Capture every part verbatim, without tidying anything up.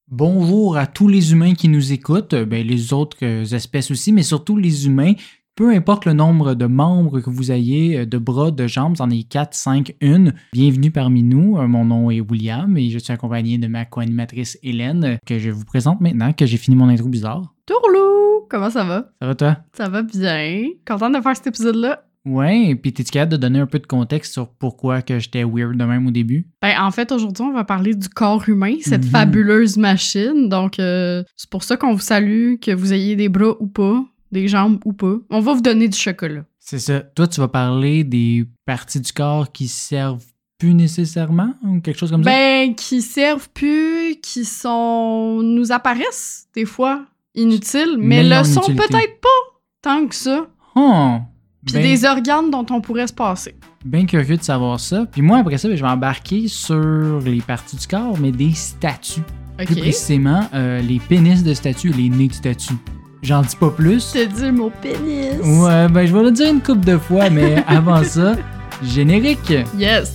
Bonjour à tous les humains qui nous écoutent, ben les autres espèces aussi, mais surtout les humains. Peu importe le nombre de membres que vous ayez, de bras, de jambes, vous en avez quatre, cinq, une. Bienvenue parmi nous. Mon nom est William et je suis accompagné de ma co-animatrice Hélène, que je vous présente maintenant, que j'ai fini mon intro bizarre. Tourlou! Comment ça va? Ça va toi? Ça va bien. Contente de faire cet épisode-là. Ouais, puis t'es-tu capable de donner un peu de contexte sur pourquoi que j'étais weird de même au début? Ben, en fait, aujourd'hui, on va parler du corps humain, cette Mm-hmm. fabuleuse machine. Donc, euh, c'est pour ça qu'on vous salue, que vous ayez des bras ou pas, des jambes ou pas. On va vous donner du chocolat. C'est ça. Toi, tu vas parler des parties du corps qui servent plus nécessairement ou quelque chose comme ça? Ben, qui servent plus, qui sont... nous apparaissent, des fois, inutiles, mais, Mais le sont non-utilité. peut-être pas tant que ça. Oh! Puis Ben- des organes dont on pourrait se passer. Bien curieux de savoir ça. Puis moi, après ça, ben, je vais embarquer sur les parties du corps, mais des statues. Plus OK. précisément, euh, les pénis de statues et les nez de statues. J'en dis pas plus. Je te dis le mot pénis. Ouais, ben je vais le dire une couple de fois, mais avant ça, générique. Yes.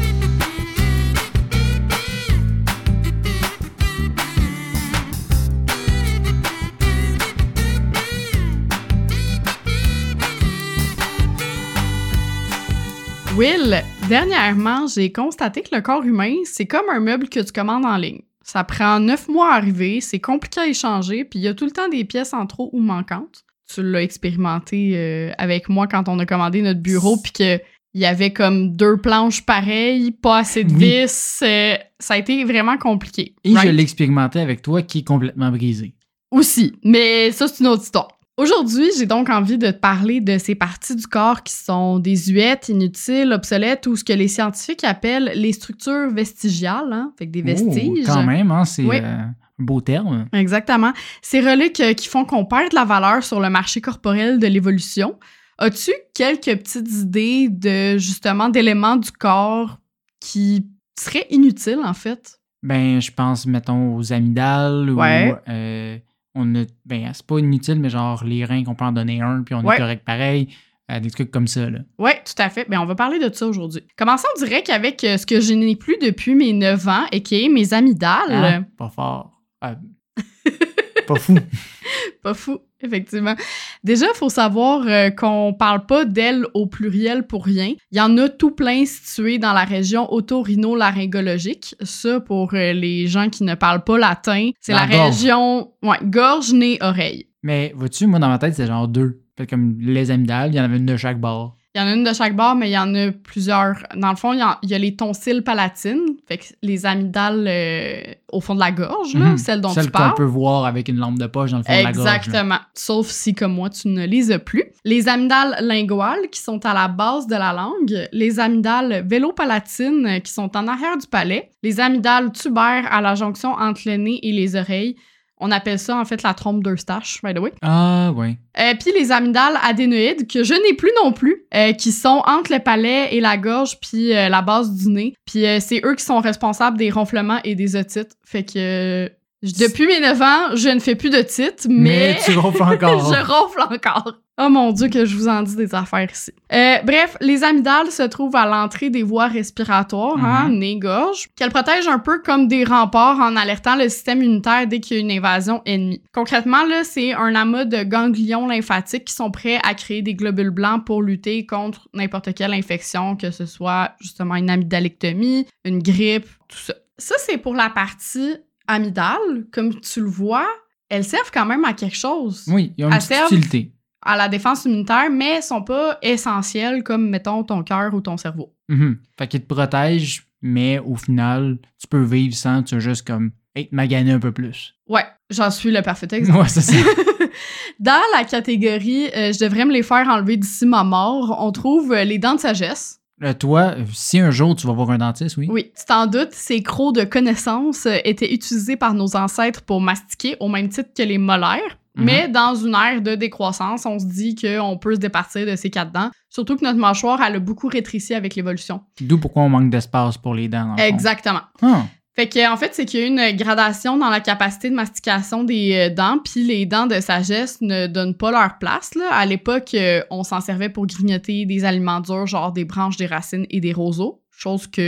Will, dernièrement, j'ai constaté que le corps humain, c'est comme un meuble que tu commandes en ligne. Ça prend neuf mois à arriver, c'est compliqué à échanger, puis il y a tout le temps des pièces en trop ou manquantes. Tu l'as expérimenté euh, avec moi quand on a commandé notre bureau, puis qu'il y avait comme deux planches pareilles, pas assez de Oui. vis. euh, ça a été vraiment compliqué. Et right? je l'ai expérimenté avec toi qui est complètement brisé. Aussi, mais ça, c'est une autre histoire. Aujourd'hui, j'ai donc envie de te parler de ces parties du corps qui sont désuètes, inutiles, obsolètes ou ce que les scientifiques appellent les structures vestigiales, hein? Fait que des vestiges. Oh, quand même, hein, c'est Oui. euh, un beau terme. Exactement. Ces reliques euh, qui font qu'on perd de la valeur sur le marché corporel de l'évolution. As-tu quelques petites idées de, justement, d'éléments du corps qui seraient inutiles, en fait? Ben, je pense, mettons, aux amygdales Ouais. ou... euh, on a, ben, c'est pas inutile, mais genre les reins qu'on peut en donner un, puis on Ouais. est correct pareil. Euh, des trucs comme ça, là. Oui, tout à fait. Bien, on va parler de ça aujourd'hui. Commençons direct avec euh, ce que je n'ai plus depuis mes neuf ans, et qui est mes amygdales. Hein? Pas fort. Euh, pas fou. Pas fou, effectivement. Déjà, il faut savoir euh, qu'on parle pas d'elles au pluriel pour rien. Il y en a tout plein situés dans la région otorhinolaryngologique. Ça, pour euh, les gens qui ne parlent pas latin, c'est La la, gorge. région... Ouais, gorge, nez, oreille. Mais vois-tu, moi, dans ma tête, c'est genre deux. Fait comme les amygdales, il y en avait une de chaque bord. Il y en a une de chaque bord, mais il y en a plusieurs. Dans le fond, il y, en- il y a les tonsilles palatines, fait que les amygdales euh, au fond de la gorge, là, Mhm. celles dont Celle tu qu'on parles. peut voir avec une lampe de poche dans le fond de la gorge. là. Exactement. Sauf si, comme moi, tu ne les as plus. Les amygdales linguales, qui sont à la base de la langue. Les amygdales vélopalatines, euh, qui sont en arrière du palais. Les amygdales tubaires à la jonction entre le nez et les oreilles. On appelle ça, en fait, la trompe d'Eustache, by the way. Ah, ouais. Euh, puis les amygdales adénoïdes, que je n'ai plus non plus, euh, qui sont entre le palais et la gorge, puis euh, la base du nez. Puis euh, c'est eux qui sont responsables des ronflements et des otites. Fait que euh, j- depuis mes neuf ans, je ne fais plus d'otites, mais, Mais tu ronfles encore. je ronfle encore. Oh mon Dieu, que je vous en dis des affaires ici. Euh, bref, les amygdales se trouvent à l'entrée des voies respiratoires, hein, Mhm. nez, gorge, qu'elles protègent un peu comme des remparts en alertant le système immunitaire dès qu'il y a une invasion ennemie. Concrètement, là, c'est un amas de ganglions lymphatiques qui sont prêts à créer des globules blancs pour lutter contre n'importe quelle infection, que ce soit justement une amygdalectomie, une grippe, tout ça. Ça, c'est pour la partie amygdale. Comme tu le vois, elles servent quand même à quelque chose. Oui, il y a une À petite serve- utilité. À la défense immunitaire, mais elles sont pas essentielles comme, mettons, ton cœur ou ton cerveau. Mhm. Fait qu'il te protège, mais au final, tu peux vivre sans, tu as juste comme être magané un peu plus. Ouais, j'en suis le parfait exemple. Ouais, c'est ça. Dans la catégorie euh, « je devrais me les faire enlever d'ici ma mort », on trouve euh, les dents de sagesse. Euh, toi, euh, si un jour tu vas voir un dentiste, oui. Oui, tu t'en doutes, ces crocs de connaissances euh, étaient utilisés par nos ancêtres pour mastiquer au même titre que les molaires. Mhm. Mais dans une ère de décroissance, on se dit qu'on peut se départir de ces quatre dents. Surtout que notre mâchoire, elle a beaucoup rétréci avec l'évolution. D'où pourquoi on manque d'espace pour les dents. dans le fond. Exactement. Ah. Fait que en fait, c'est qu'il y a une gradation dans la capacité de mastication des euh, dents, puis les dents de sagesse ne donnent pas leur place. Là. À l'époque, euh, on s'en servait pour grignoter des aliments durs, genre des branches, des racines et des roseaux, chose que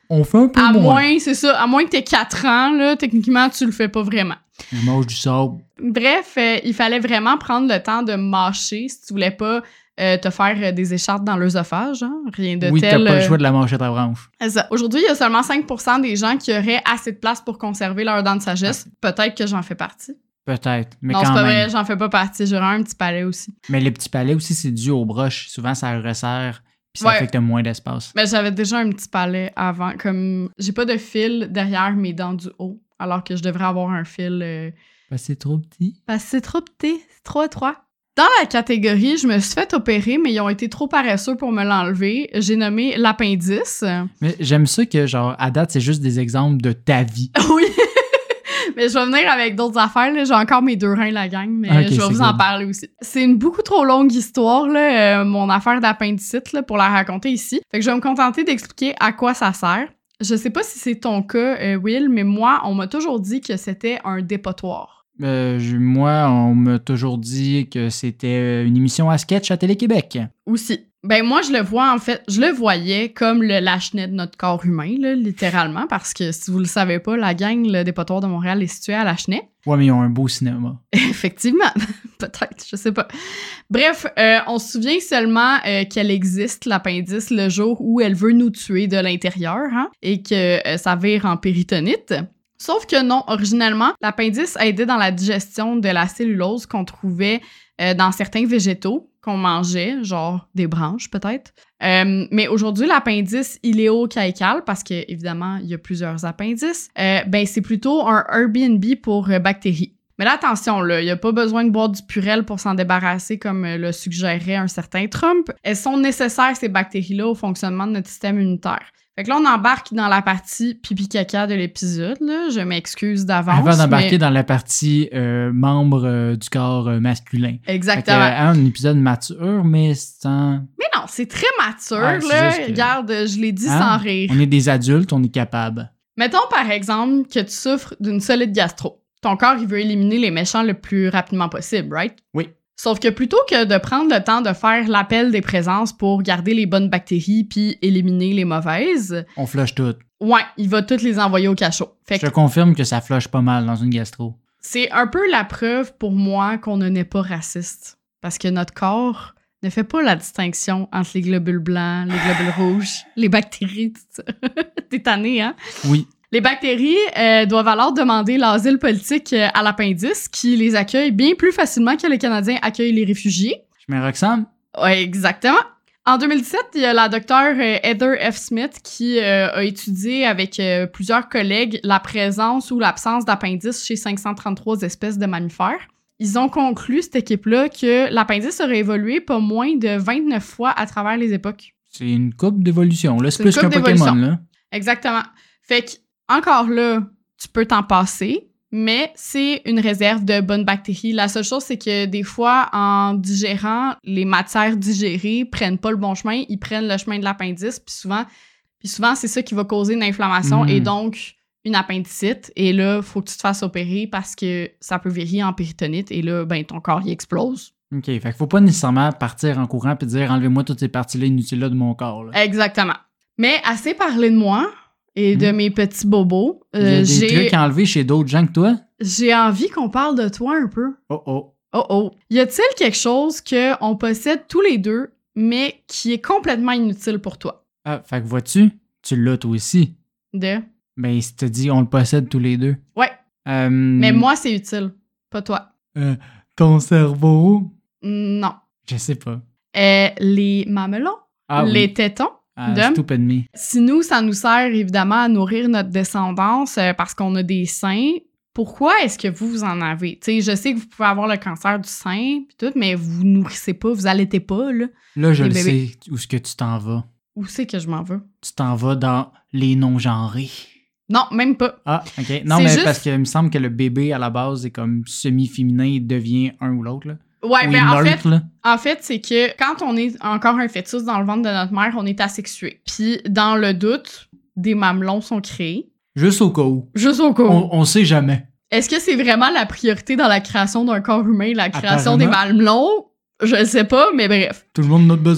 On fait un peu À moins. moins, c'est ça, à moins que t'aies quatre ans, là, techniquement, tu le fais pas vraiment. Je mange du sable. Bref, euh, il fallait vraiment prendre le temps de mâcher si tu voulais pas euh, te faire euh, des écharpes dans l'œsophage, hein? Rien de Oui, tel. t'as pas le euh, choix de la mâcher à ta branche. c'est ça. Aujourd'hui, il y a seulement cinq pour cent des gens qui auraient assez de place pour conserver leurs dents de sagesse. Peut-être que j'en fais partie. Peut-être, mais non, quand c'est pas même. vrai, j'en fais pas partie. J'aurais un petit palais aussi. Mais les petits palais aussi, c'est dû aux broches. Souvent, ça resserre, puis ça Ouais. fait que t'as moins d'espace. Mais j'avais déjà un petit palais avant. Comme j'ai pas de fil derrière mes dents du haut, alors que je devrais avoir un fil. Euh... Parce que c'est trop petit. Parce que c'est trop petit, c'est trop étroit. Dans la catégorie, je me suis fait opérer, mais ils ont été trop paresseux pour me l'enlever. J'ai nommé l'appendice. Mais j'aime ça que, genre, à date, c'est juste des exemples de ta vie. Oui. Mais je vais venir avec d'autres affaires. Là. J'ai encore mes deux reins, la gang, mais Ok, je vais c'est vous en good. parler aussi. C'est une beaucoup trop longue histoire, là, euh, mon affaire d'appendicite, là, pour la raconter ici. Fait que je vais me contenter d'expliquer à quoi ça sert. Je sais pas si c'est ton cas, euh, Will, mais moi, on m'a toujours dit que c'était un dépotoir. Euh, je- moi, on m'a toujours dit que c'était une émission à sketch à Télé-Québec. Aussi. Ben moi, je le vois, en fait, je le voyais comme le lâchenet de notre corps humain, là, littéralement, parce que si vous le savez pas, la gang, le dépotoir de Montréal est situé à Lachenay. Ouais, mais ils ont un beau cinéma. Effectivement, peut-être, je sais pas. Bref, euh, on se souvient seulement euh, qu'elle existe, l'appendice, le jour où elle veut nous tuer de l'intérieur, hein, et que euh, ça vire en péritonite. Sauf que non, originellement, l'appendice aidait dans la digestion de la cellulose qu'on trouvait euh, dans certains végétaux qu'on mangeait, genre des branches peut-être. Euh, mais aujourd'hui, l'appendice iléocaïcal, parce que évidemment, il y a plusieurs appendices, euh, ben c'est plutôt un Airbnb pour euh, bactéries. Mais là, attention, là, il n'y a pas besoin de boire du Purel pour s'en débarrasser comme euh, le suggérait un certain Trump. Elles sont nécessaires, ces bactéries-là, au fonctionnement de notre système immunitaire. Fait que là, on embarque dans la partie pipi-caca de l'épisode, là. Je m'excuse d'avance. Avant d'embarquer mais... dans la partie euh, membre euh, du corps euh, masculin. Exactement. Fait que, euh, un épisode mature, mais sans... Mais non, c'est très mature, Ouais, c'est là. juste que- Regarde, je l'ai dit Hein? sans rire. On est des adultes, on est capable. Mettons, par exemple, que tu souffres d'une solide gastro. Ton corps, il veut éliminer les méchants le plus rapidement possible, right? Oui. Sauf que plutôt que de prendre le temps de faire l'appel des présences pour garder les bonnes bactéries puis éliminer les mauvaises, On flush tout. ouais, il va toutes les envoyer au cachot. Fait Je que te confirme que ça flush pas mal dans une gastro. c'est un peu la preuve pour moi qu'on ne naît pas raciste. Parce que notre corps ne fait pas la distinction entre les globules blancs, les globules rouges, les bactéries, tout ça. T'es tanné, hein? Oui. Les bactéries euh, doivent alors demander l'asile politique euh, à l'appendice, qui les accueille bien plus facilement que les Canadiens accueillent les réfugiés. Je mets Roxane. Ouais, exactement. En deux mille dix-sept, il y a la docteure euh, Heather F. Smith qui euh, a étudié avec euh, plusieurs collègues la présence ou l'absence d'appendice chez cinq cent trente-trois espèces de mammifères. Ils ont conclu, cette équipe-là, que l'appendice aurait évolué pas moins de vingt-neuf fois à travers les époques. C'est une coupe d'évolution. Là, c'est C'est plus une qu'un coupe Pokémon, d'évolution. là. Exactement. Fait que, encore là, tu peux t'en passer, mais c'est une réserve de bonnes bactéries. La seule chose, c'est que des fois, en digérant, les matières digérées prennent pas le bon chemin, ils prennent le chemin de l'appendice, puis souvent, puis souvent c'est ça qui va causer une inflammation Mm. et donc une appendicite. Et là, faut que tu te fasses opérer parce que ça peut virer en péritonite et là, ben, ton corps, il explose. OK, fait qu'il faut pas nécessairement partir en courant et dire « Enlevez-moi toutes ces parties-là inutiles-là de mon corps. » là. Exactement. Mais assez parlé de moi et de Mm. mes petits bobos. Il y a Euh, des j'ai... trucs à enlever chez d'autres gens que toi? J'ai envie qu'on parle de toi un peu. Oh oh. Oh oh. Y a-t-il quelque chose qu'on possède tous les deux, mais qui est complètement inutile pour toi? Ah, fait que vois-tu, tu l'as toi aussi. De? Ben, si tu dis on le possède tous les deux. Ouais. Euh, Mais moi, c'est utile. Pas toi. euh, ton cerveau? Non. Je sais pas. Euh, les mamelons? Ah les oui. tétons? Ah, de- stupid me. Si nous, ça nous sert évidemment à nourrir notre descendance euh, parce qu'on a des seins, pourquoi est-ce que vous, vous en avez? Tu sais, je sais que vous pouvez avoir le cancer du sein pis tout, mais vous nourrissez pas, vous allaitez pas, là. Là, je Les le bébés. sais où est-ce que tu t'en vas. Où c'est que je m'en veux? Tu t'en vas dans les non-genrés. Non, même pas. Ah, OK. Non, C'est mais juste- parce qu'il me semble que le bébé, à la base, est comme semi-féminin, il devient un ou l'autre, là. Ouais, Ou mais il en meurt, fait, là. En fait, c'est que quand on est encore un fœtus dans le ventre de notre mère, on est asexué. Puis, dans le doute, des mamelons sont créés. Juste au cas où. Juste au cas où. On, on sait jamais. Est-ce que c'est vraiment la priorité dans la création d'un corps humain, la création des Apparemment. mamelons? Je ne sais pas, mais bref. Tout le monde a notre besoin.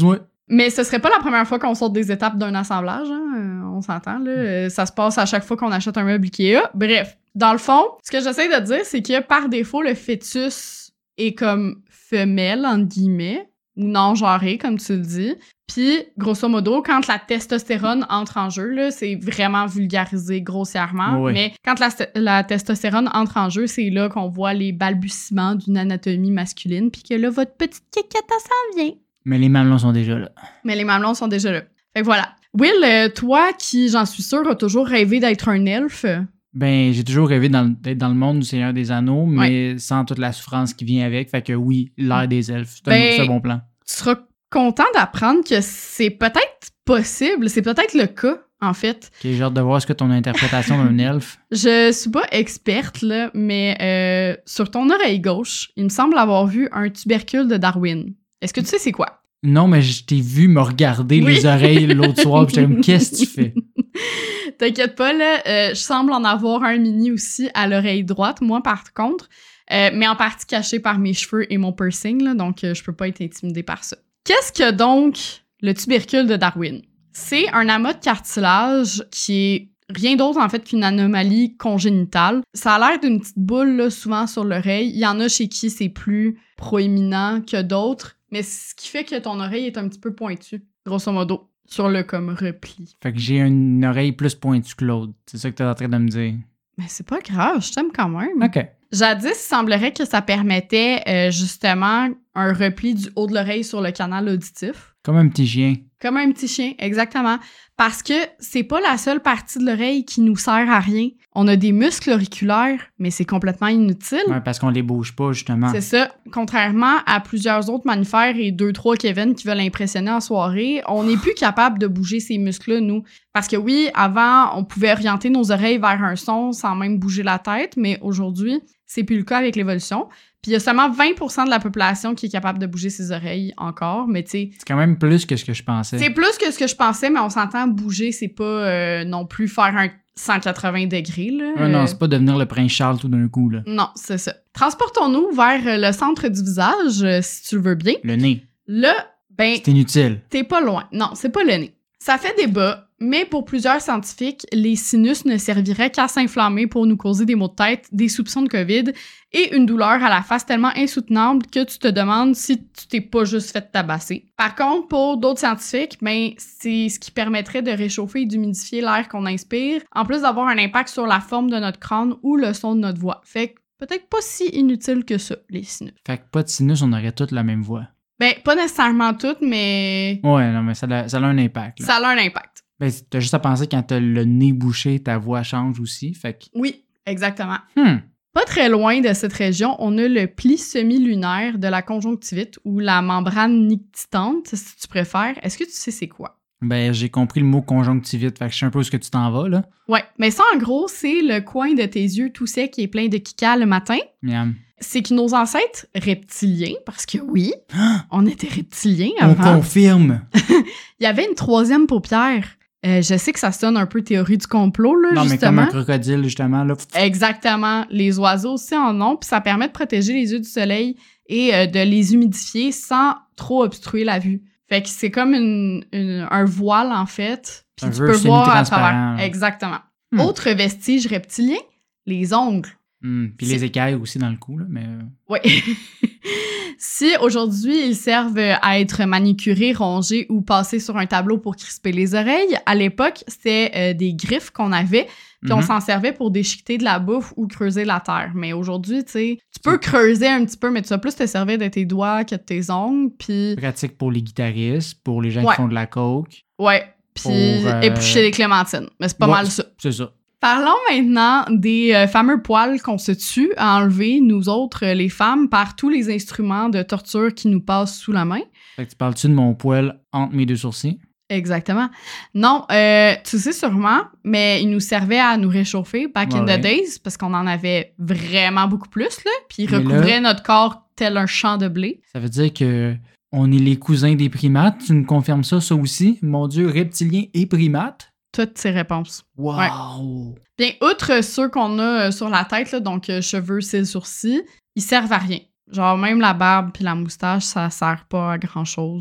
Mais ce serait pas la première fois qu'on saute des étapes d'un assemblage, hein? Euh, on s'entend, là. Euh, ça se passe à chaque fois qu'on achète un meuble Ikea. Bref, dans le fond, ce que j'essaie de dire, c'est que par défaut, le fœtus est comme femelle, entre guillemets, ou non-genré, comme tu le dis. Puis, grosso modo, quand la testostérone entre en jeu, là, c'est vraiment vulgarisé grossièrement, oui. mais quand la, la testostérone entre en jeu, c'est là qu'on voit les balbutiements d'une anatomie masculine, puis que là, votre petite caquette, elle s'en vient. Mais les mamelons sont déjà là. Mais les mamelons sont déjà là. Fait que voilà. Will, euh, toi qui, j'en suis sûre, a toujours rêvé d'être un elfe. Ben, j'ai toujours rêvé dans, d'être dans le monde du Seigneur des Anneaux, mais ouais. sans toute la souffrance qui vient avec. Fait que oui, l'ère des elfes, c'est, ben, un, c'est un bon plan. Tu seras content d'apprendre que c'est peut-être possible, c'est peut-être le cas, en fait. Ok, j'ai hâte de voir ce que ton interprétation d'un elfe. Je suis pas experte, là, mais euh, sur ton oreille gauche, il me semble avoir vu un tubercule de Darwin. Est-ce que tu sais c'est quoi? Non, mais je t'ai vu me regarder oui. les oreilles l'autre soir, puis j'étais comme, qu'est-ce que tu fais? T'inquiète pas, là, euh, je semble en avoir un mini aussi à l'oreille droite, moi, par contre, euh, mais en partie caché par mes cheveux et mon piercing, là, donc euh, je peux pas être intimidée par ça. Qu'est-ce que donc le tubercule de Darwin? C'est un amas de cartilage qui est rien d'autre, en fait, qu'une anomalie congénitale. Ça a l'air d'une petite boule, là, souvent sur l'oreille. Il y en a chez qui c'est plus proéminent que d'autres, mais ce qui fait que ton oreille est un petit peu pointue, grosso modo, sur le comme repli. Fait que j'ai une oreille plus pointue que l'autre. C'est ça que t'es en train de me dire. Mais c'est pas grave, je t'aime quand même. OK. Jadis, il semblerait que ça permettait euh, justement un repli du haut de l'oreille sur le canal auditif. Comme un petit chien. Comme un petit chien, exactement. Parce que c'est pas la seule partie de l'oreille qui nous sert à rien. On a des muscles auriculaires, mais c'est complètement inutile. Ouais, parce qu'on les bouge pas, justement. C'est ça. Contrairement à plusieurs autres mammifères et deux, trois Kevin qui veulent impressionner en soirée, on n'est plus capable de bouger ces muscles-là, nous. Parce que oui, avant, on pouvait orienter nos oreilles vers un son sans même bouger la tête, mais aujourd'hui, c'est plus le cas avec l'évolution. Puis il y a seulement vingt pour cent de la population qui est capable de bouger ses oreilles encore, mais tu sais... C'est quand même plus que ce que je pensais. C'est plus que ce que je pensais, mais on s'entend, bouger, c'est pas euh, non plus faire un cent quatre-vingts degrés, là. Ah non, c'est pas devenir le prince Charles tout d'un coup, là. Non, c'est ça. Transportons-nous vers le centre du visage, euh, si tu le veux bien. Le nez. Là, ben... C'est inutile. T'es pas loin. Non, c'est pas le nez. Ça fait débat, mais pour plusieurs scientifiques, les sinus ne serviraient qu'à s'inflammer pour nous causer des maux de tête, des soupçons de COVID et une douleur à la face tellement insoutenable que tu te demandes si tu t'es pas juste fait tabasser. Par contre, pour d'autres scientifiques, ben, c'est ce qui permettrait de réchauffer et d'humidifier l'air qu'on inspire, en plus d'avoir un impact sur la forme de notre crâne ou le son de notre voix. Fait que peut-être pas si inutile que ça, les sinus. Fait que pas de sinus, on aurait toutes la même voix. Ben, pas nécessairement toutes, mais... Ouais, non, mais ça a, ça a un impact. Là. Ça a un impact. Ben, t'as juste à penser quand t'as le nez bouché, ta voix change aussi, fait que... Oui, exactement. Hmm. Pas très loin de cette région, on a le pli semi-lunaire de la conjonctivite ou la membrane nictitante, si tu préfères. Est-ce que tu sais c'est quoi? Ben, j'ai compris le mot conjonctivite, fait que je sais un peu où est-ce que tu t'en vas, là. Ouais, mais ça, en gros, c'est le coin de tes yeux tout sec qui est plein de kika le matin. Miam. C'est que nos ancêtres reptiliens, parce que oui, on était reptiliens avant. On confirme! Il y avait une troisième paupière. Euh, je sais que ça sonne un peu théorie du complot, là, non, justement. Non, mais comme un crocodile, justement, là. Exactement. Les oiseaux aussi en ont, puis ça permet de protéger les yeux du soleil et euh, de les humidifier sans trop obstruer la vue. Fait que c'est comme une, une, un voile, en fait, puis tu peux voir à travers. Là. Exactement. Hmm. Autre vestige reptilien, les ongles. Hmm. Puis les écailles aussi dans le cou, là, mais... Oui. Si aujourd'hui, ils servent à être manicurés, rongés ou passés sur un tableau pour crisper les oreilles, à l'époque, c'était euh, des griffes qu'on avait, puis mm-hmm. on s'en servait pour déchiqueter de la bouffe ou creuser la terre. Mais aujourd'hui, tu sais, tu peux creuser un petit peu, mais tu vas plus te servir de tes doigts que de tes ongles, puis... Pratique pour les guitaristes, pour les gens ouais. qui font de la coke. Ouais, puis euh... éplucher des clémentines. Mais c'est pas ouais, mal ça. C'est ça. Parlons maintenant des euh, fameux poils qu'on se tue à enlever, nous autres, euh, les femmes, par tous les instruments de torture qui nous passent sous la main. Fait que tu parles-tu de mon poil entre mes deux sourcils? Exactement. Non, euh, tu sais sûrement, mais il nous servait à nous réchauffer back ouais, in the ouais. days, parce qu'on en avait vraiment beaucoup plus, là, puis il recouvrait là, notre corps tel un champ de blé. Ça veut dire que on est les cousins des primates, tu nous confirmes ça, ça aussi? Mon Dieu, reptiliens et primates? Toutes ces réponses. Wow! Ouais. Bien, outre ceux qu'on a sur la tête, là, donc euh, cheveux, cils, sourcils, ils servent à rien. Genre, même la barbe puis la moustache, ça sert pas à grand-chose.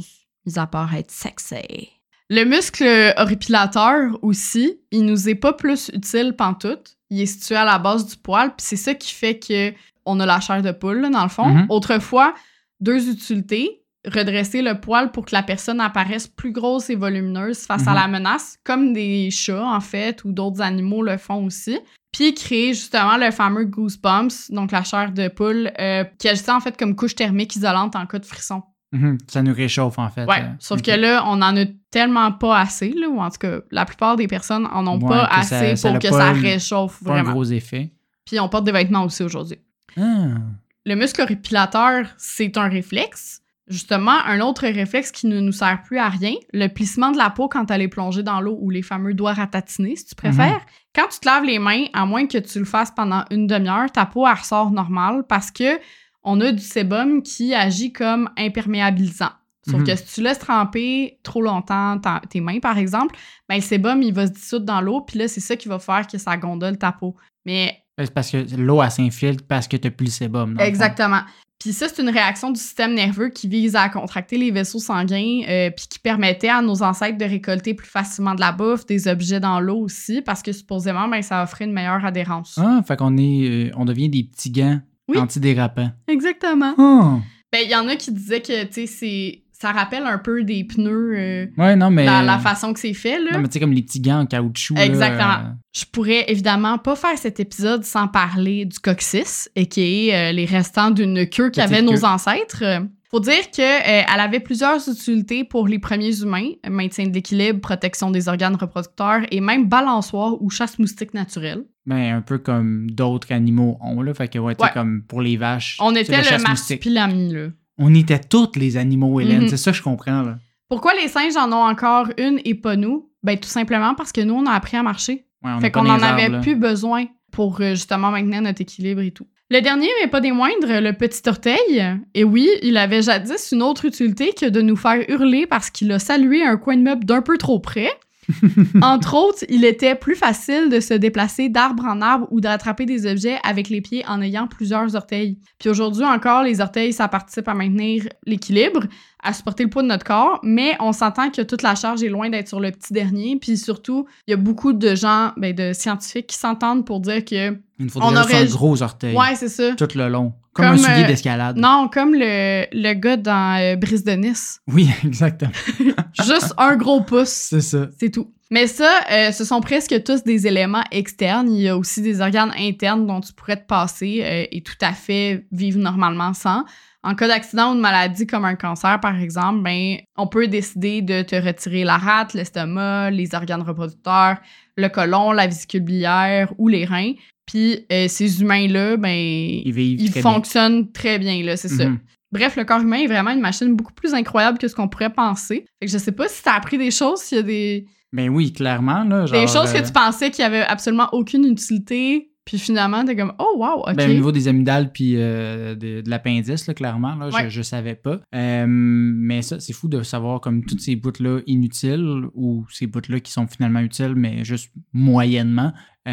mis à part être sexy. Le muscle horripilateur aussi, il nous est pas plus utile pantoute. Il est situé à la base du poil, puis c'est ça qui fait que on a la chair de poule, là, dans le fond. Mm-hmm. Autrefois, deux utilités. Redresser le poil pour que la personne apparaisse plus grosse et volumineuse face mm-hmm. à la menace, comme des chats, en fait, ou d'autres animaux le font aussi. Puis créer, justement, le fameux goosebumps, donc la chair de poule, euh, qui agissait, en fait, comme couche thermique isolante en cas de frisson. Mm-hmm. Ça nous réchauffe, en fait. Ouais, euh, sauf okay. que là, on en a tellement pas assez, là, ou en tout cas, la plupart des personnes en ont ouais, pas assez ça, pour ça que ça réchauffe pas vraiment. Un gros effet. Puis on porte des vêtements aussi aujourd'hui. Ah. Le muscle horripilateur, c'est un réflexe. Justement, un autre réflexe qui ne nous sert plus à rien, le plissement de la peau quand elle est plongée dans l'eau ou les fameux doigts ratatinés, si tu préfères. Mm-hmm. Quand tu te laves les mains, à moins que tu le fasses pendant une demi-heure, ta peau, elle ressort normale parce que on a du sébum qui agit comme imperméabilisant. Sauf mm-hmm. que si tu laisses tremper trop longtemps ta, tes mains, par exemple, ben le sébum, il va se dissoudre dans l'eau, puis là, c'est ça qui va faire que ça gondole ta peau. Mais... C'est parce que l'eau, elle s'infiltre parce que tu n'as plus le sébum. Exactement. Puis ça, c'est une réaction du système nerveux qui vise à contracter les vaisseaux sanguins euh, puis qui permettait à nos ancêtres de récolter plus facilement de la bouffe, des objets dans l'eau aussi, parce que supposément, ben, ça offrait une meilleure adhérence. Ah, fait qu'on est, euh, on devient des petits gants oui. antidérapants. Exactement. Oh. Ben, il y en a qui disaient que, tu sais, c'est... ça rappelle un peu des pneus euh, ouais, non, mais... dans la façon que c'est fait, là. Non, mais tu sais, comme les petits gants en caoutchouc. Exactement. Là, euh... Je pourrais évidemment pas faire cet épisode sans parler du coccyx, et qui est euh, les restants d'une queue qu'avaient nos ancêtres. Faut dire qu'elle euh, avait plusieurs utilités pour les premiers humains, maintien de l'équilibre, protection des organes reproducteurs et même balançoire ou chasse moustique naturelle. Ben, un peu comme d'autres animaux ont, là. Fait que, ouais, tu sais, comme pour les vaches. On était le marsupilami, là. On était tous les animaux, Hélène. Mm-hmm. C'est ça que je comprends, là. Pourquoi les singes en ont encore une et pas nous? Ben, tout simplement parce que nous, on a appris à marcher. Ouais, on fait qu'on n'en avait là. plus besoin pour euh, justement maintenir notre équilibre et tout. Le dernier, mais pas des moindres, le petit orteil. Et oui, il avait jadis une autre utilité que de nous faire hurler parce qu'il a salué un coin de meuble d'un peu trop près. Entre autres, il était plus facile de se déplacer d'arbre en arbre ou d'attraper des objets avec les pieds en ayant plusieurs orteils. Puis aujourd'hui encore, les orteils, ça participe à maintenir l'équilibre, à supporter le poids de notre corps, mais on s'entend que toute la charge est loin d'être sur le petit dernier. Puis surtout, il y a beaucoup de gens, ben, de scientifiques qui s'entendent pour dire que il faudrait on aurait un gros orteil. Ouais, c'est ça. Tout le long. Comme, comme un soulier euh, d'escalade. Non, comme le, le gars dans euh, Brise de Nice. Oui, exactement. Juste un gros pouce. C'est ça. C'est tout. Mais ça, euh, ce sont presque tous des éléments externes. Il y a aussi des organes internes dont tu pourrais te passer euh, et tout à fait vivre normalement sans. En cas d'accident ou de maladie comme un cancer, par exemple, ben, on peut décider de te retirer la rate, l'estomac, les organes reproducteurs, le côlon, la vésicule biliaire ou les reins. Puis euh, ces humains-là, ben, ils, ils très fonctionnent bien. très bien, là, c'est mm-hmm. ça. Bref, le corps humain est vraiment une machine beaucoup plus incroyable que ce qu'on pourrait penser. Fait que je sais pas si t'as appris des choses, s'il y a des... Ben oui, clairement, là. Genre, des choses euh... que tu pensais qu'il y avait absolument aucune utilité, puis finalement, t'es comme « Oh, wow, OK. » Ben au niveau des amygdales puis euh, de, de l'appendice, là, clairement, là, ouais. je, je savais pas. Euh, mais ça, c'est fou de savoir comme toutes ces bouts-là inutiles ou ces bouts-là qui sont finalement utiles, mais juste moyennement.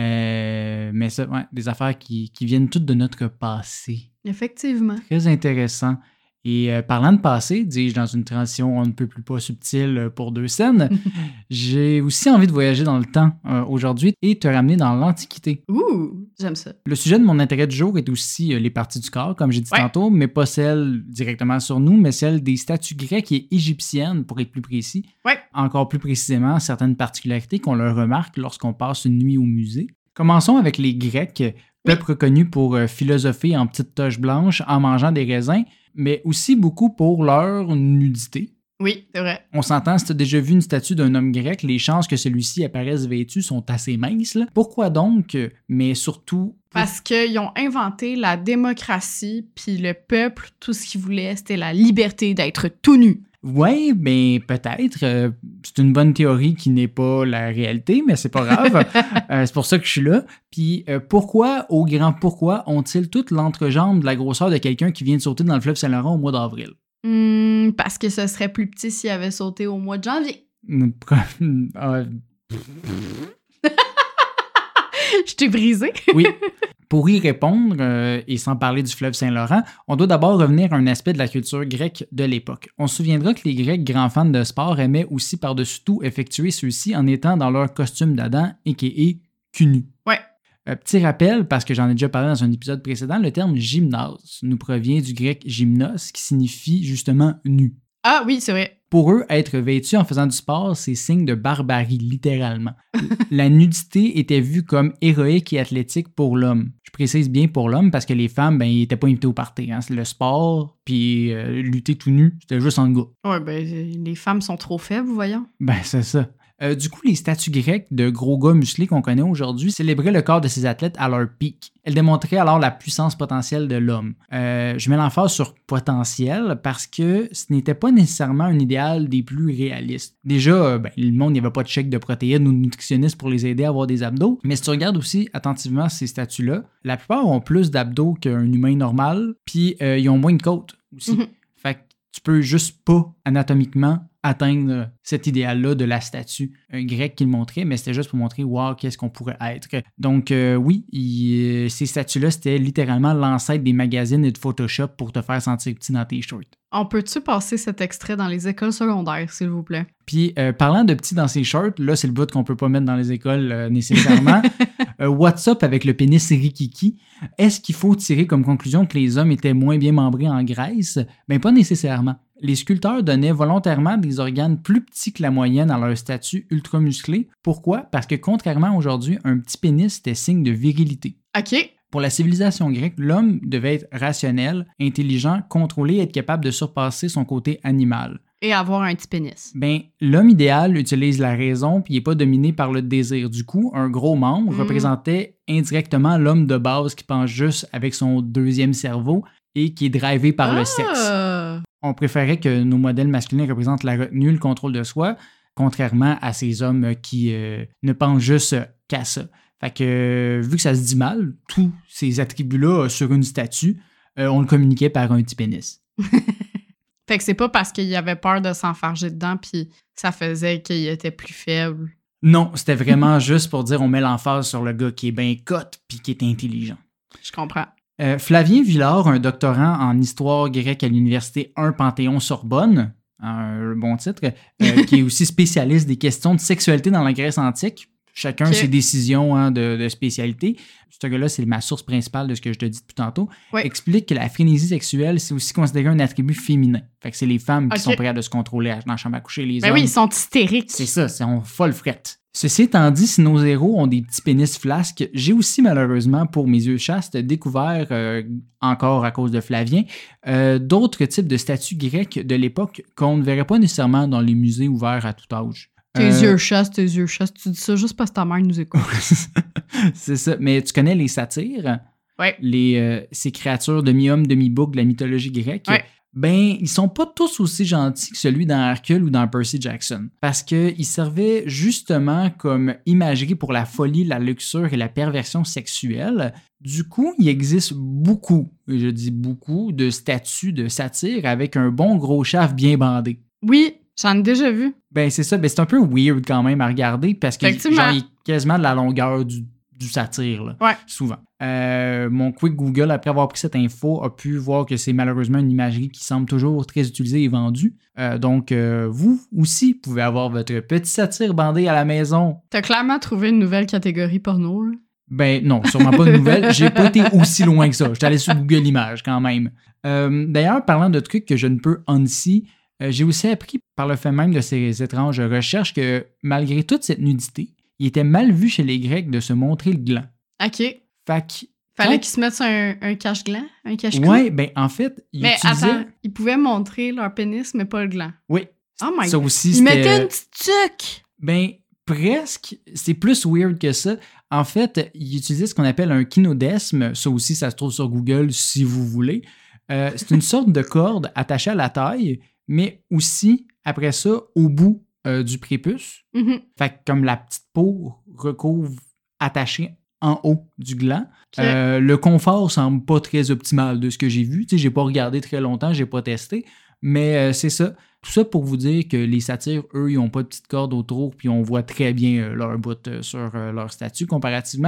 Euh, mais ça, ouais, des affaires qui, qui viennent toutes de notre passé. Effectivement. Très intéressant. Et euh, parlant de passé, dis-je dans une transition on ne peut plus pas subtile pour deux scènes, j'ai aussi envie de voyager dans le temps euh, aujourd'hui et te ramener dans l'Antiquité. Ouh, j'aime ça. Le sujet de mon intérêt du jour est aussi euh, les parties du corps, comme j'ai dit ouais. tantôt, mais pas celles directement sur nous, mais celles des statues grecques et égyptiennes, pour être plus précis. Ouais. Encore plus précisément, certaines particularités qu'on leur remarque lorsqu'on passe une nuit au musée. Commençons avec les Grecs, peuple oui. reconnu pour euh, philosopher en petites toches blanches en mangeant des raisins, mais aussi beaucoup pour leur nudité. Oui, c'est vrai. On s'entend, si tu as déjà vu une statue d'un homme grec, les chances que celui-ci apparaisse vêtu sont assez minces. Là. Pourquoi donc? Mais surtout... Parce qu'ils ont inventé la démocratie, puis le peuple, tout ce qu'il voulait, c'était la liberté d'être tout nu. Oui, mais peut-être. Euh, c'est une bonne théorie qui n'est pas la réalité, mais c'est pas grave. euh, c'est pour ça que je suis là. Puis euh, pourquoi, au grand pourquoi, ont-ils toute l'entrejambe de la grosseur de quelqu'un qui vient de sauter dans le fleuve Saint-Laurent au mois d'avril? Mmh, parce que ce serait plus petit s'il avait sauté au mois de janvier. Je t'ai brisé. Oui. Pour y répondre, euh, et sans parler du fleuve Saint-Laurent, on doit d'abord revenir à un aspect de la culture grecque de l'époque. On se souviendra que les Grecs, grands fans de sport, aimaient aussi par-dessus tout effectuer ceux-ci en étant dans leur costume d'Adam, a k a cul-nu. Ouais. Euh, petit rappel, parce que j'en ai déjà parlé dans un épisode précédent, le terme gymnase nous provient du grec gymnos, qui signifie justement nu. Ah oui, c'est vrai. Pour eux, être vêtu en faisant du sport, c'est signe de barbarie, littéralement. La nudité était vue comme héroïque et athlétique pour l'homme. Je précise bien pour l'homme parce que les femmes, ben, ils n'étaient pas invitées au party. Hein. Le sport, puis euh, lutter tout nu, c'était juste en gars. Ouais, ben, les femmes sont trop faibles, voyons. Ben, c'est ça. Euh, du coup, les statues grecques de gros gars musclés qu'on connaît aujourd'hui célébraient le corps de ces athlètes à leur pic. Elles démontraient alors la puissance potentielle de l'homme. Euh, je mets l'emphase sur potentiel parce que ce n'était pas nécessairement un idéal des plus réalistes. Déjà, ben, le monde, il n'y avait pas de chèque de protéines ou de nutritionnistes pour les aider à avoir des abdos, mais si tu regardes aussi attentivement ces statues-là, la plupart ont plus d'abdos qu'un humain normal, puis euh, ils ont moins de côtes aussi. Mm-hmm. Fait que tu peux juste pas, anatomiquement, atteindre cet idéal-là de la statue un grec qui le montrait, mais c'était juste pour montrer, wow, qu'est-ce qu'on pourrait être. Donc, euh, oui, il, ces statues-là, c'était littéralement l'ancêtre des magazines et de Photoshop pour te faire sentir petit dans tes shorts. On peut-tu passer cet extrait dans les écoles secondaires, s'il vous plaît? Puis, euh, parlant de petits dans ses shorts, là, c'est le bout qu'on peut pas mettre dans les écoles euh, nécessairement. euh, what's up avec le pénis rikiki? Est-ce qu'il faut tirer comme conclusion que les hommes étaient moins bien membrés en Grèce? Ben, pas nécessairement. Les sculpteurs donnaient volontairement des organes plus petits que la moyenne à leur statue ultra musclée. Pourquoi? Parce que contrairement à aujourd'hui, un petit pénis était signe de virilité. OK. Pour la civilisation grecque, l'homme devait être rationnel, intelligent, contrôlé et être capable de surpasser son côté animal. Et avoir un petit pénis. Ben, l'homme idéal utilise la raison puis il n'est pas dominé par le désir. Du coup, un gros membre mmh. représentait indirectement l'homme de base qui pense juste avec son deuxième cerveau et qui est drivé par ah! le sexe. On préférait que nos modèles masculins représentent la retenue, le contrôle de soi, contrairement à ces hommes qui euh, ne pensent juste qu'à ça. Fait que, euh, vu que ça se dit mal, tous ces attributs-là sur une statue, euh, on le communiquait par un petit pénis. Fait que c'est pas parce qu'il avait peur de s'enfarger dedans puis ça faisait qu'il était plus faible. Non, c'était vraiment juste pour dire on met l'emphase sur le gars qui est bien cote puis qui est intelligent. Je comprends. Euh, Flavien Villard, un doctorant en histoire grecque à l'université un Panthéon-Sorbonne, un bon titre, euh, qui est aussi spécialiste des questions de sexualité dans la Grèce antique. Chacun okay. ses décisions hein, de, de spécialité. Ce gars-là, c'est ma source principale de ce que je te dis depuis tantôt. Ouais. Explique que la frénésie sexuelle, c'est aussi considéré un attribut féminin. Fait que c'est les femmes qui okay. sont prêtes à se contrôler dans la chambre à coucher. Les ben hommes, oui, ils sont hystériques. C'est ça, c'est on folle frette. Ceci étant dit, si nos héros ont des petits pénis flasques, j'ai aussi malheureusement, pour mes yeux chastes, découvert, euh, encore à cause de Flavien, euh, d'autres types de statues grecques de l'époque qu'on ne verrait pas nécessairement dans les musées ouverts à tout âge. Tes euh... yeux chastes, tes yeux chastes, tu dis ça juste parce que ta mère nous écoute. C'est ça, mais tu connais les satyres? Oui. Les, euh, ces créatures demi-hommes, demi-bouc de la mythologie grecque? Oui. Ben, ils sont pas tous aussi gentils que celui dans Hercule ou dans Percy Jackson. Parce qu'ils servaient justement comme imagerie pour la folie, la luxure et la perversion sexuelle. Du coup, il existe beaucoup, et je dis beaucoup, de statues de satyres avec un bon gros shaft bien bandé. Oui, j'en ai déjà vu. Ben, c'est ça. Ben, c'est un peu weird quand même à regarder parce que genre, il est quasiment de la longueur du, du satyre, là, ouais. souvent. Euh, mon quick Google, après avoir pris cette info, a pu voir que c'est malheureusement une imagerie qui semble toujours très utilisée et vendue. Euh, donc, euh, vous aussi pouvez avoir votre petit satyre bandé à la maison. T'as clairement trouvé une nouvelle catégorie porno, là? Ben non, sûrement pas de nouvelle. J'ai pas été aussi loin que ça. J'étais allé sur Google Images quand même. Euh, d'ailleurs, parlant de trucs que je ne peux unsee, euh, j'ai aussi appris par le fait même de ces étranges recherches que malgré toute cette nudité, il était mal vu chez les Grecs de se montrer le gland. OK. Fait que, Fallait quand... qu'ils se mettent sur un, un cache-gland, un cache-cou. Ouais, ben en fait, ils mais utilisaient... attends, ils pouvaient montrer leur pénis, mais pas le gland. Oui. Oh my ça God. aussi, ils c'était... mettaient une petite tuque! Ben, presque. C'est plus weird que ça. En fait, ils utilisaient ce qu'on appelle un kynodesme. Ça aussi, ça se trouve sur Google si vous voulez. Euh, c'est une sorte de corde attachée à la taille, mais aussi, après ça, au bout euh, du prépuce. Mm-hmm. Fait que comme la petite peau recouvre attachée en haut du gland. Okay. Euh, le confort semble pas très optimal de ce que j'ai vu. Tu sais, j'ai pas regardé très longtemps, j'ai pas testé, mais euh, c'est ça. Tout ça pour vous dire que les satyres, eux, ils ont pas de petite corde autour, puis on voit très bien euh, leur bout euh, sur euh, leur statue comparativement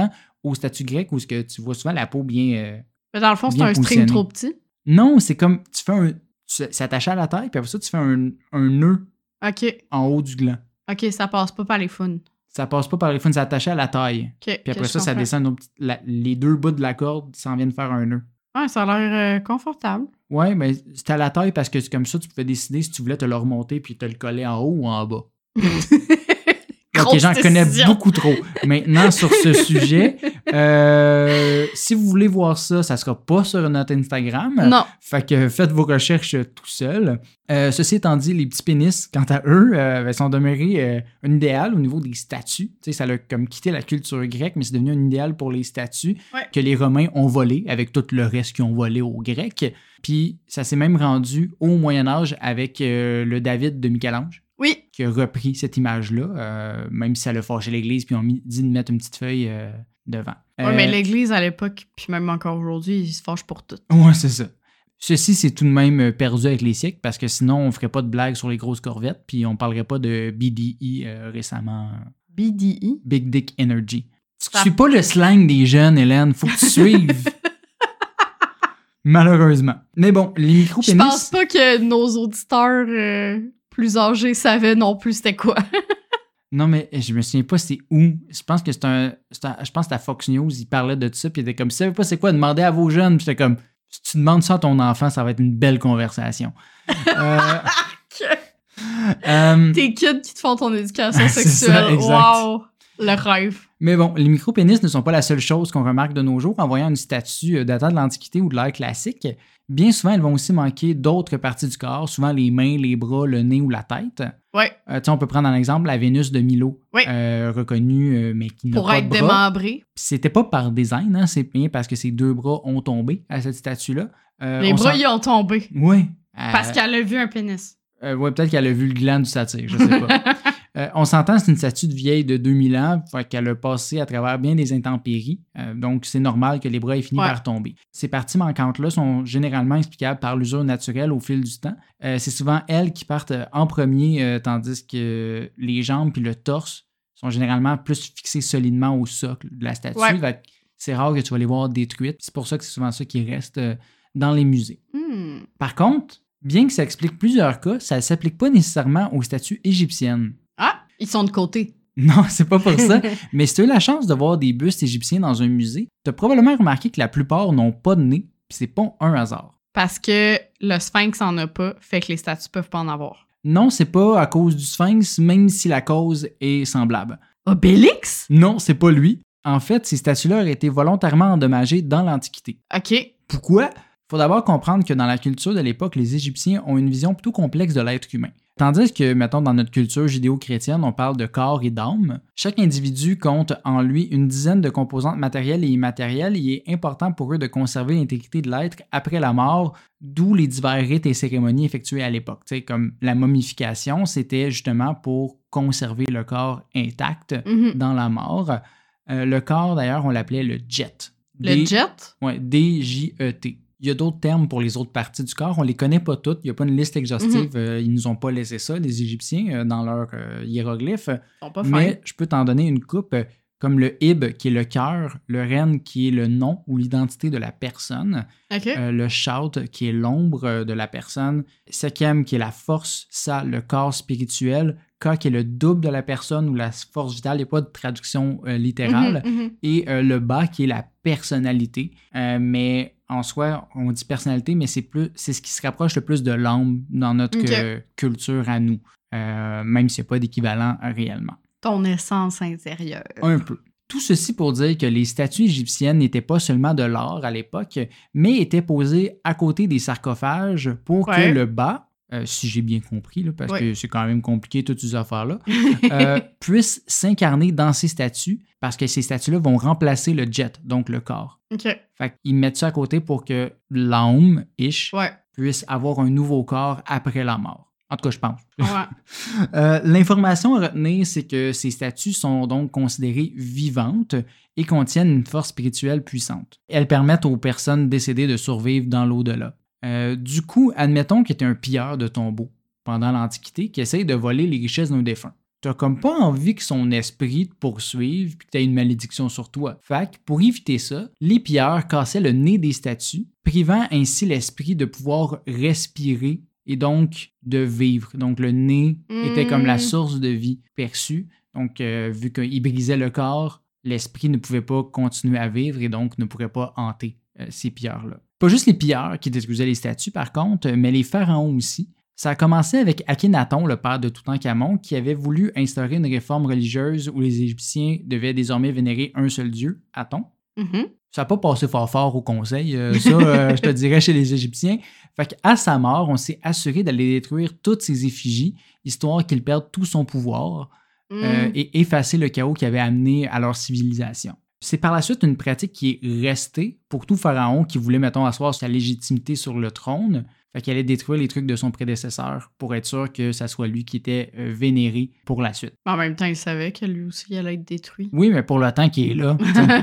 aux statues grecques où ce que tu vois souvent la peau bien. Euh, Mais dans le fond, c'est bien un string positionnée. trop petit. Non, c'est comme tu fais un. Tu, c'est attaché à la taille, puis après ça, tu fais un, un nœud OK. en haut du gland. OK, ça passe pas par les faunes. Ça passe pas par les faunes, c'est attaché à la taille. OK. Puis après OK, ça, je ça comprends. descend. Nos petits- la- les deux bouts de la corde s'en viennent faire un nœud. Ouais, ça a l'air euh, confortable. Ouais, mais c'était à la taille parce que c'est comme ça, tu pouvais décider si tu voulais te le remonter puis te le coller en haut ou en bas. Ok, j'en connais beaucoup trop. Maintenant, sur ce sujet, euh, si vous voulez voir ça, ça sera pas sur notre Instagram. Non. Fait que faites vos recherches tout seul. Euh, ceci étant dit, les petits pénis, quant à eux, euh, sont demeurés euh, un idéal au niveau des statues. Tu sais, ça a comme quitté la culture grecque, mais c'est devenu un idéal pour les statues Ouais. que les Romains ont volé avec tout le reste qu'ils ont volé aux Grecs. Puis ça s'est même rendu au Moyen-Âge avec euh, le David de Michel-Ange, Oui. qui a repris cette image-là, euh, même si ça l'a fâché l'Église, puis ils ont mis- dit de mettre une petite feuille euh, devant. Ouais, Euh, mais l'Église, à l'époque, puis même encore aujourd'hui, ils se fâchent pour tout. Ouais, c'est ça. Ceci, c'est tout de même euh, perdu avec les siècles, parce que sinon, on ferait pas de blagues sur les grosses corvettes, puis on parlerait pas de B D E euh, récemment. B D E? Big Dick Energy. Tu Ça- suis pas le slang des jeunes, Hélène. Faut que tu suives. Malheureusement. Mais bon, les Je micro-pénis... pense pas que nos auditeurs euh, plus âgés savaient non plus c'était quoi. Non, mais je me souviens pas c'est où. Je pense que c'est un, c'est un- Je pense que c'était à Fox News, il parlait de ça, puis il était comme, si vous savez pas c'est quoi, demandez à vos jeunes. Puis j'étais comme, si tu demandes ça à ton enfant, ça va être une belle conversation. euh, euh, Tes kids qui te font ton éducation C'est ça, sexuelle. exact. Wow! Le rêve. mais bon, les micro-pénis ne sont pas la seule chose qu'on remarque de nos jours en voyant une statue euh, datant de l'Antiquité ou de l'ère classique. Bien souvent, elles vont aussi manquer d'autres parties du corps, souvent les mains, les bras, le nez ou la tête. Ouais. Euh, tu sais, on peut prendre un exemple la Vénus de Milo, Oui. euh, reconnue, euh, mais qui n'a Pour pas être de bras. démembré. Puis c'était pas par design, hein, c'est bien parce que ses deux bras ont tombé à cette statue-là. Euh, Les on bras, s'en- ils ont tombé. Oui. Parce qu'elle a vu un pénis. Euh, ouais, peut-être qu'elle a vu le gland du satyre, je sais pas. Euh, on s'entend, c'est une statue de vieille de deux mille ans, fait qu'elle a passé à travers bien des intempéries, euh, donc c'est normal que les bras aient fini Ouais. par tomber. Ces parties manquantes-là sont généralement explicables par l'usure naturelle au fil du temps. Euh, c'est souvent elles qui partent euh, en premier, euh, tandis que les jambes puis le torse sont généralement plus fixés solidement au socle de la statue. Ouais. Fait que c'est rare que tu vas les voir détruites. C'est pour ça que c'est souvent ça qui reste euh, dans les musées. Hmm. Par contre, bien que ça explique plusieurs cas, ça ne s'applique pas nécessairement aux statues égyptiennes. Ah! Ils sont de côté. Non, c'est pas pour ça. Mais si tu as eu la chance de voir des bustes égyptiens dans un musée, tu as probablement remarqué que la plupart n'ont pas de nez, puis c'est pas un hasard. Parce que le sphinx en a pas, fait que les statues peuvent pas en avoir. Non, c'est pas à cause du sphinx, même si la cause est semblable. Obélix? Non, c'est pas lui. En fait, ces statues-là auraient été volontairement endommagées dans l'Antiquité. OK. Pourquoi? Il faut d'abord comprendre que dans la culture de l'époque, les Égyptiens ont une vision plutôt complexe de l'être humain. Tandis que, mettons, dans notre culture judéo-chrétienne, on parle de corps et d'âme, chaque individu compte en lui une dizaine de composantes matérielles et immatérielles et il est important pour eux de conserver l'intégrité de l'être après la mort, d'où les divers rites et cérémonies effectués à l'époque. Tu sais, comme la momification, c'était justement pour conserver le corps intact Mhm. dans la mort. Euh, le corps, d'ailleurs, on l'appelait le jet. Le D- jet? Ouais, D J E T. Il y a d'autres termes pour les autres parties du corps. On les connaît pas toutes. Il n'y a pas une liste exhaustive. Mm-hmm. Euh, ils nous ont pas laissé ça, les Égyptiens, euh, dans leurs euh, hiéroglyphes. Ils sont pas Mais fins. je peux t'en donner une coupe, euh, comme le Ib, qui est le cœur, le Ren, qui est le nom ou l'identité de la personne, OK. euh, le Shout, qui est l'ombre euh, de la personne, Sekem, qui est la force, ça, le corps spirituel, Ka, qui est le double de la personne ou la force vitale. Il n'y a pas de traduction euh, littérale. Mhm, mhm. Et euh, le Ba, qui est la personnalité. Euh, mais en soi, on dit personnalité, mais c'est plus, c'est ce qui se rapproche le plus de l'âme dans notre Ok. euh, culture à nous, euh, même s'il n'y a pas d'équivalent euh, réellement. Ton essence intérieure. Un peu. Tout ceci pour dire que les statues égyptiennes n'étaient pas seulement de l'art à l'époque, mais étaient posées à côté des sarcophages pour Ouais. que le Ba, euh, si j'ai bien compris, là, parce Ouais. que c'est quand même compliqué toutes ces affaires-là, euh, puisse s'incarner dans ces statues, parce que ces statues-là vont remplacer le jet, donc le corps. OK. Fait qu'ils mettent ça à côté pour que l'âme, ish, Ouais. puisse avoir un nouveau corps après la mort. En tout cas, je pense. Ouais. Euh, l'information à retenir, c'est que ces statues sont donc considérées vivantes et contiennent une force spirituelle puissante. Elles permettent aux personnes décédées de survivre dans l'au-delà. Euh, du coup, admettons qu'il y ait un pilleur de tombeaux pendant l'Antiquité qui essaye de voler les richesses d'un défunt. t'as comme pas envie que son esprit te poursuive puis que t'aies une malédiction sur toi. Fait que pour éviter ça, les pilleurs cassaient le nez des statues, privant ainsi l'esprit de pouvoir respirer et donc de vivre. Donc le nez mmh. était comme la source de vie perçue. Donc euh, vu qu'il brisait le corps, l'esprit ne pouvait pas continuer à vivre et donc ne pourrait pas hanter euh, ces pilleurs-là. Pas juste les pilleurs qui détruisaient les statues par contre, mais les pharaons aussi. Ça a commencé avec Akhenaton, le père de Toutankhamon, qui avait voulu instaurer une réforme religieuse où les Égyptiens devaient désormais vénérer un seul dieu, Aton. Mm-hmm. Ça n'a pas passé fort fort au conseil, euh, ça, euh, je te dirais, chez les Égyptiens. Fait qu'à sa mort, on s'est assuré d'aller détruire toutes ses effigies, histoire qu'il perde tout son pouvoir mm. euh, et effacer le chaos qui avait amené à leur civilisation. C'est par la suite une pratique qui est restée pour tout pharaon qui voulait, mettons, asseoir sa légitimité sur le trône. Fait qu'il allait détruire les trucs de son prédécesseur pour être sûr que ça soit lui qui était euh, vénéré pour la suite. En même temps, il savait que lui aussi il allait être détruit. Oui, mais pour le temps qu'il est là.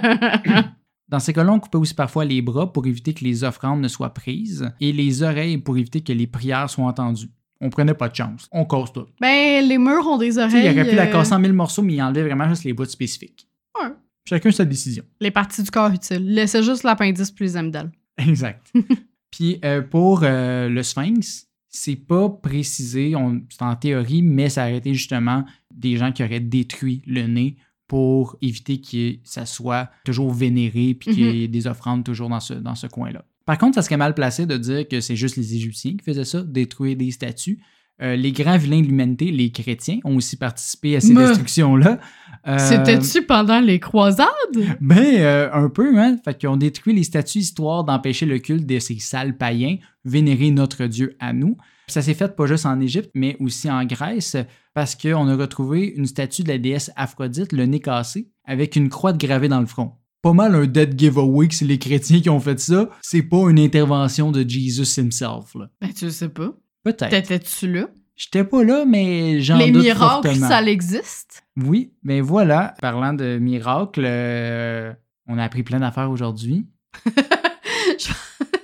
Dans ces cas-là, on coupait aussi parfois les bras pour éviter que les offrandes ne soient prises et les oreilles pour éviter que les prières soient entendues. On prenait pas de chance. On casse tout. Ben, les murs ont des oreilles. T'sais, il aurait pu euh... la casser en mille morceaux, mais il enlevait vraiment juste les bouts spécifiques. Ouais. Chacun sa décision. Les parties du corps utiles. Laissez juste l'appendice plus les amygdales. Exact. Puis euh, pour euh, le sphinx, c'est pas précisé, on, c'est en théorie, mais ça aurait été justement des gens qui auraient détruit le nez pour éviter que ça soit toujours vénéré puis qu'il y ait des offrandes toujours dans ce, dans ce coin-là. Par contre, ça serait mal placé de dire que c'est juste les Égyptiens qui faisaient ça, détruire des statues. Euh, les grands vilains de l'humanité, les chrétiens, ont aussi participé à ces Me... destructions-là. Euh... C'était-tu pendant les croisades? Ben, euh, un peu, hein. Fait qu'ils ont détruit les statues histoire d'empêcher le culte de ces sales païens, vénérer notre Dieu à nous. Ça s'est fait pas juste en Égypte, mais aussi en Grèce, parce qu'on a retrouvé une statue de la déesse Aphrodite, le nez cassé, avec une croix gravée dans le front. Pas mal un dead giveaway que c'est les chrétiens qui ont fait ça. C'est pas une intervention de Jesus himself, là. Ben, tu sais pas. Peut-être. T'étais-tu là? J'étais pas là, mais j'en Les doute miracles, fortement. ça existe? Oui, mais voilà. Parlant de miracles, euh, on a appris plein d'affaires aujourd'hui. Je...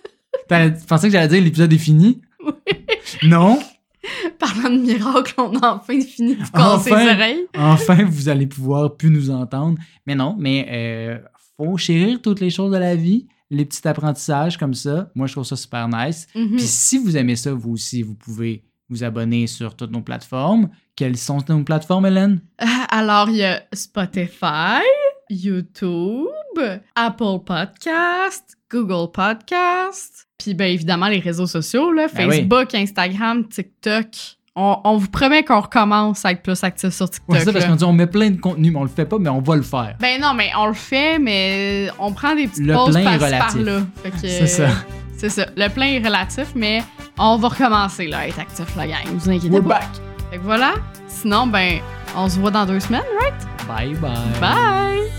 Tu pensais que j'allais dire l'épisode est fini? Oui. Non? Parlant de miracles, on a enfin fini de casser enfin, les oreilles. Enfin, vous allez pouvoir plus nous entendre. Mais non, mais euh, faut chérir toutes les choses de la vie. Les petits apprentissages comme ça, moi, je trouve ça super nice. Mm-hmm. Puis si vous aimez ça, vous aussi, vous pouvez vous abonner sur toutes nos plateformes. Quelles sont nos plateformes, Hélène? Euh, alors, il y a Spotify, YouTube, Apple Podcast, Google Podcast, puis bien évidemment les réseaux sociaux, là, ben Facebook, oui. Instagram, TikTok. On, on vous promet qu'on recommence à être plus actifs sur TikTok. Ouais, c'est ça, parce qu'on dit on met plein de contenu, mais on le fait pas, mais on va le faire. Ben non, mais on le fait, mais on prend des petites le pauses plein par-ci est relatif. par-là. Fait que, c'est ça. C'est ça. Le plein est relatif, mais on va recommencer là, à être actif, la gang. Vous inquiétez We're pas. back. Fait que voilà. Sinon, ben, on se voit dans deux semaines, right? Bye bye. Bye!